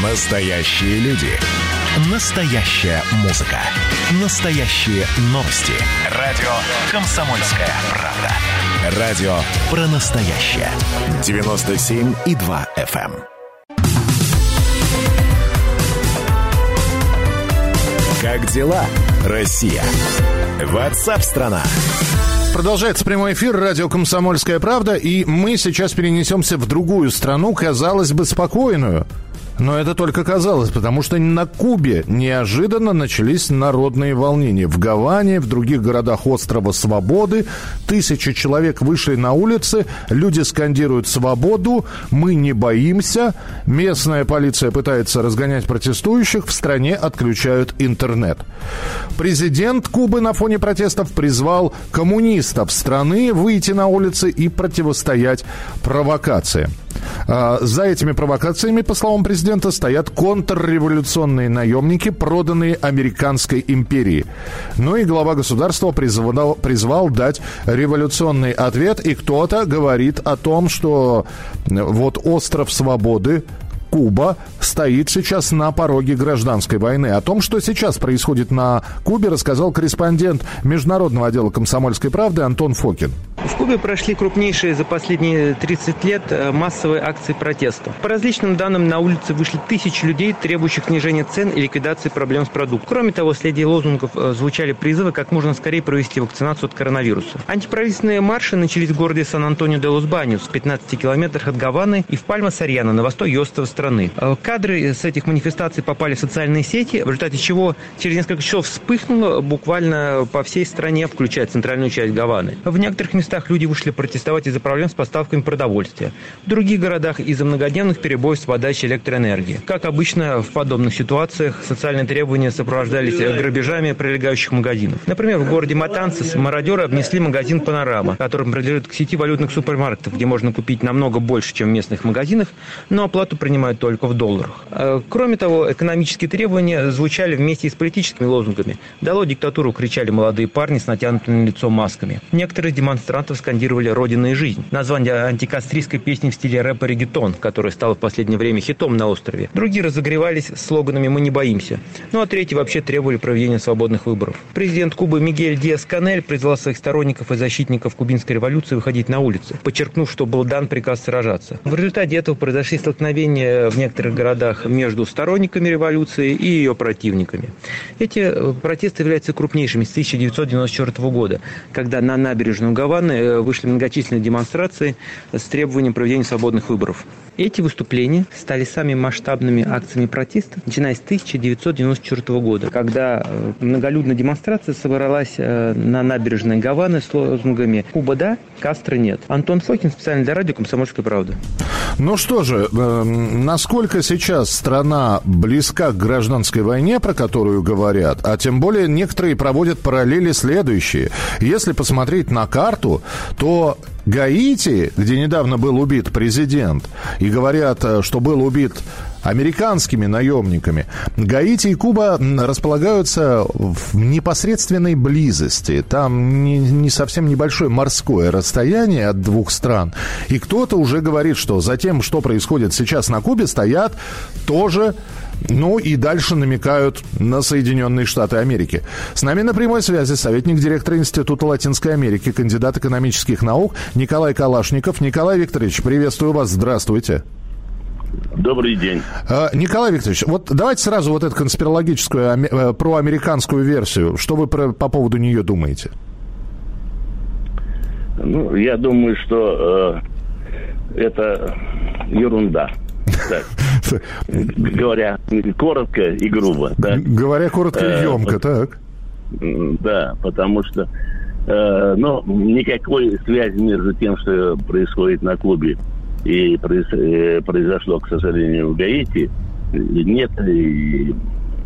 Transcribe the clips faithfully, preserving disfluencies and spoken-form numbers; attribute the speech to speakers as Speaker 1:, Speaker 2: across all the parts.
Speaker 1: Настоящие люди. Настоящая музыка. Настоящие новости. Радио «Комсомольская правда». Радио про настоящее. девяносто семь и два эф эм. Как дела, Россия? Ватсап-страна!
Speaker 2: Продолжается прямой эфир радио «Комсомольская правда», и мы сейчас перенесемся в другую страну, казалось бы, спокойную. Но это только казалось, потому что на Кубе неожиданно начались народные волнения. В Гаване, в других городах острова Свободы тысячи человек вышли на улицы, люди скандируют «Свободу», «Мы не боимся», местная полиция пытается разгонять протестующих, в стране отключают интернет. Президент Кубы на фоне протестов призвал коммунистов страны выйти на улицы и противостоять провокациям. За этими провокациями, по словам президента, стоят контрреволюционные наемники, проданные американской империи. Ну и глава государства призвал, призвал дать революционный ответ. И кто-то говорит о том, что вот остров Свободы, Куба, стоит сейчас на пороге гражданской войны. О том, что сейчас происходит на Кубе, рассказал корреспондент Международного отдела «Комсомольской правды» Антон Фокин.
Speaker 3: В Кубе прошли крупнейшие за последние тридцать лет массовые акции протеста. По различным данным, на улице вышли тысячи людей, требующих снижения цен и ликвидации проблем с продуктом. Кроме того, среди лозунгов звучали призывы как можно скорее провести вакцинацию от коронавируса. Антиправительственные марши начались в городе Сан-Антонио-де-Лос-Баньос, в пятнадцати километрах от Гаваны, и в Пальма-Сарьяно, на востоке острова страны. Кадры с этих манифестаций попали в социальные сети, в результате чего через несколько часов вспыхнуло буквально по всей стране, включая центральную часть Гаваны. В некоторых местах люди вышли протестовать из-за проблем с поставками продовольствия. В других городах из-за многодневных перебоев с подачей электроэнергии. Как обычно, в подобных ситуациях социальные требования сопровождались грабежами прилегающих магазинов. Например, в городе Матансес мародеры обнесли магазин «Панорама», который принадлежит к сети валютных супермаркетов, где можно купить намного больше, чем в местных магазинах, но оплату принимают только в долларах. Кроме того, экономические требования звучали вместе с политическими лозунгами. «Дало диктатуру», кричали молодые парни с натянутыми на лицо масками. Некоторые демонстранты скандировали «Родина и жизнь». Название антикастристской песни в стиле рэпа «Реггетон», которая стала в последнее время хитом на острове. Другие разогревались слоганами «Мы не боимся». Ну а третьи вообще требовали проведения свободных выборов. Президент Кубы Мигель Диас-Канель призвал своих сторонников и защитников кубинской революции выходить на улицы, подчеркнув, что был дан приказ сражаться. В результате этого произошли столкновения в некоторых городах между сторонниками революции и ее противниками. Эти протесты являются крупнейшими с тысяча девятьсот девяносто четвёртого года, когда на набережную Гаваны вышли многочисленные демонстрации с требованием проведения свободных выборов. Эти выступления стали самыми масштабными акциями протеста, начиная с тысяча девятьсот девяносто четвёртого года, когда многолюдная демонстрация собралась на набережной Гаваны с лозунгами «Куба да, Кастро нет». Антон Фокин, специально для радио «Комсомольская правда».
Speaker 2: Ну что же, э, насколько сейчас страна близка к гражданской войне, про которую говорят, а тем более некоторые проводят параллели следующие. Если посмотреть на карту, то Гаити, где недавно был убит президент, и говорят, что был убит американскими наемниками, Гаити и Куба располагаются в непосредственной близости. Там не, не совсем небольшое морское расстояние от двух стран. И кто-то уже говорит, что за тем, что происходит сейчас на Кубе, стоят тоже... Ну и дальше намекают на Соединенные Штаты Америки. С нами на прямой связи советник директора Института Латинской Америки, кандидат экономических наук Николай Калашников. Николай Викторович, приветствую вас, здравствуйте.
Speaker 4: Добрый день.
Speaker 2: Николай Викторович, вот давайте сразу вот эту конспирологическую проамериканскую версию. Что вы про, по поводу нее думаете?
Speaker 4: Ну, я думаю, что э, это ерунда. Так, говоря коротко и грубо. Так.
Speaker 2: Говоря коротко и емко, так.
Speaker 4: Да, потому что э, ну, никакой связи между тем, что происходит на Кубе, и произ, э, произошло, к сожалению, в Гаити, нет. И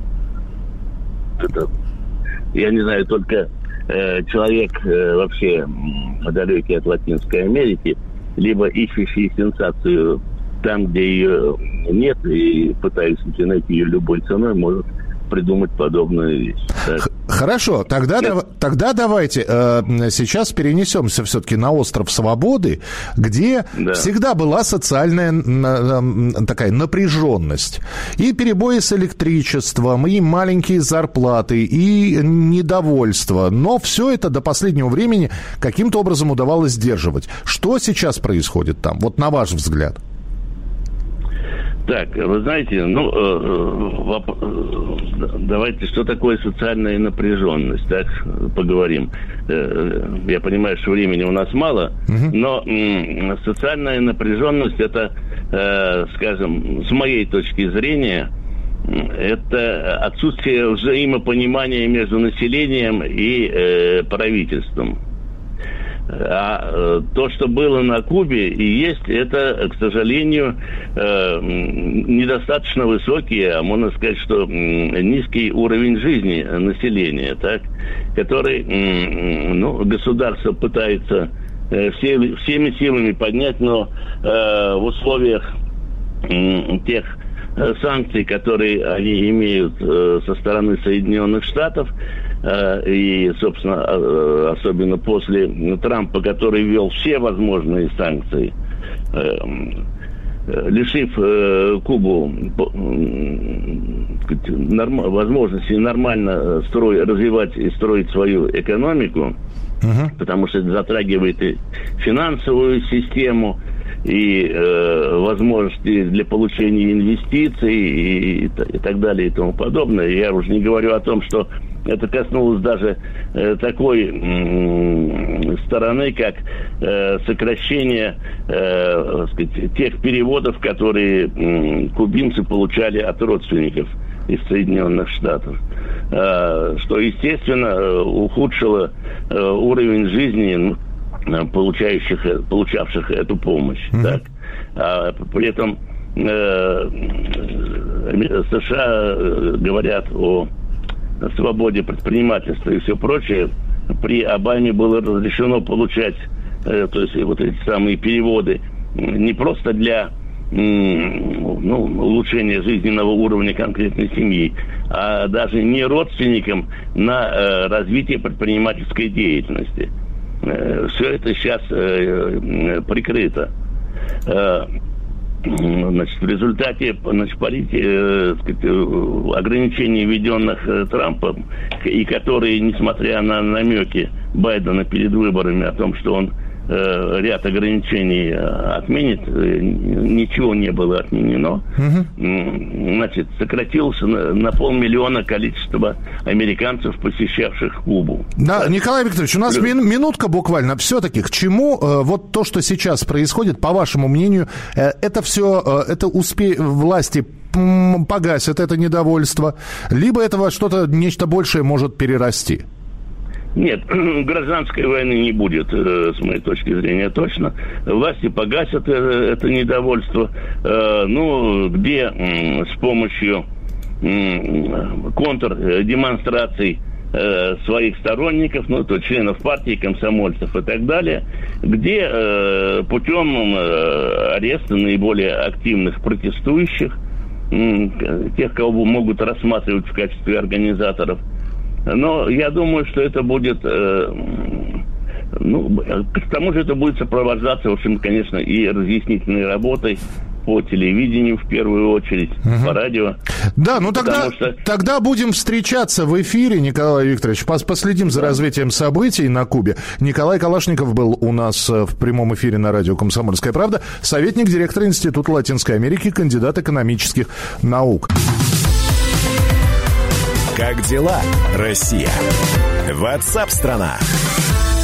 Speaker 4: это, я не знаю, только э, человек э, вообще далекий от Латинской Америки, либо ищущий сенсацию там, где ее нет, и пытаясь найти ее любой ценой, может придумать подобную вещь.
Speaker 2: Хорошо, тогда, да, тогда давайте э, сейчас перенесемся все-таки на остров Свободы, где да. всегда была социальная э, такая напряженность. И перебои с электричеством, и маленькие зарплаты, и недовольство. Но все это до последнего времени каким-то образом удавалось сдерживать. Что сейчас происходит там, вот на ваш взгляд?
Speaker 4: Так, вы знаете, ну, э, э, давайте, что такое социальная напряженность, так, поговорим. Э, я понимаю, что времени у нас мало, uh-huh. но э, социальная напряженность, это, э, скажем, с моей точки зрения, это отсутствие взаимопонимания между населением и э, правительством. А то, что было на Кубе и есть, это, к сожалению, недостаточно высокий, а можно сказать, что низкий уровень жизни населения, так, который, ну, государство пытается все, всеми силами поднять, но в условиях тех санкций, которые они имеют со стороны Соединенных Штатов, и, собственно, особенно после Трампа, который ввел все возможные санкции, лишив Кубу возможности нормально строить, развивать и строить свою экономику, uh-huh. потому что это затрагивает и финансовую систему, и э, возможности для получения инвестиций и, и так далее и тому подобное. Я уже не говорю о том, что это коснулось даже э, такой э, стороны, как э, сокращение э, сказать, тех переводов, которые э, кубинцы получали от родственников из Соединенных Штатов. Э, что, естественно, ухудшило э, уровень жизни получающих, получавших эту помощь. Mm-hmm. Так. А при этом э, США говорят о свободе предпринимательства и все прочее. При Обаме было разрешено получать э, то есть вот эти самые переводы не просто для ну, улучшения жизненного уровня конкретной семьи, а даже не родственникам на э, развитие предпринимательской деятельности. Все это сейчас э, прикрыто. Э, значит, в результате значит, политики, э, сказать, ограничений, введенных э, Трампом, и которые, несмотря на намеки Байдена перед выборами о том, что он э, ряд ограничений отменит, э, ничего не было отменено, угу. значит, сократилось на, на полмиллиона количество американцев, посещавших Кубу.
Speaker 2: Да, так. Николай Викторович, у нас Плюс... минутка буквально. Все-таки к чему э, вот то, что сейчас происходит, по вашему мнению, э, это все, э, это успе... власти погасят это недовольство, либо этого что-то, нечто большее может перерасти?
Speaker 4: Нет, гражданской войны не будет, с моей точки зрения, точно. Власти погасят это недовольство. Ну, где с помощью контрдемонстраций своих сторонников, ну, то членов партии, комсомольцев и так далее, где путем ареста наиболее активных протестующих, тех, кого могут рассматривать в качестве организаторов. Но я думаю, что это будет, э, ну, к тому же это будет сопровождаться, в общем, конечно, и разъяснительной работой по телевидению в первую очередь, угу. по радио.
Speaker 2: Да, ну тогда, что... тогда будем встречаться в эфире, Николай Викторович, пос- последим за да. развитием событий на Кубе. Николай Калашников был у нас в прямом эфире на радио «Комсомольская правда», советник директора Института Латинской Америки, кандидат экономических наук.
Speaker 1: Как дела, Россия? WhatsApp-страна.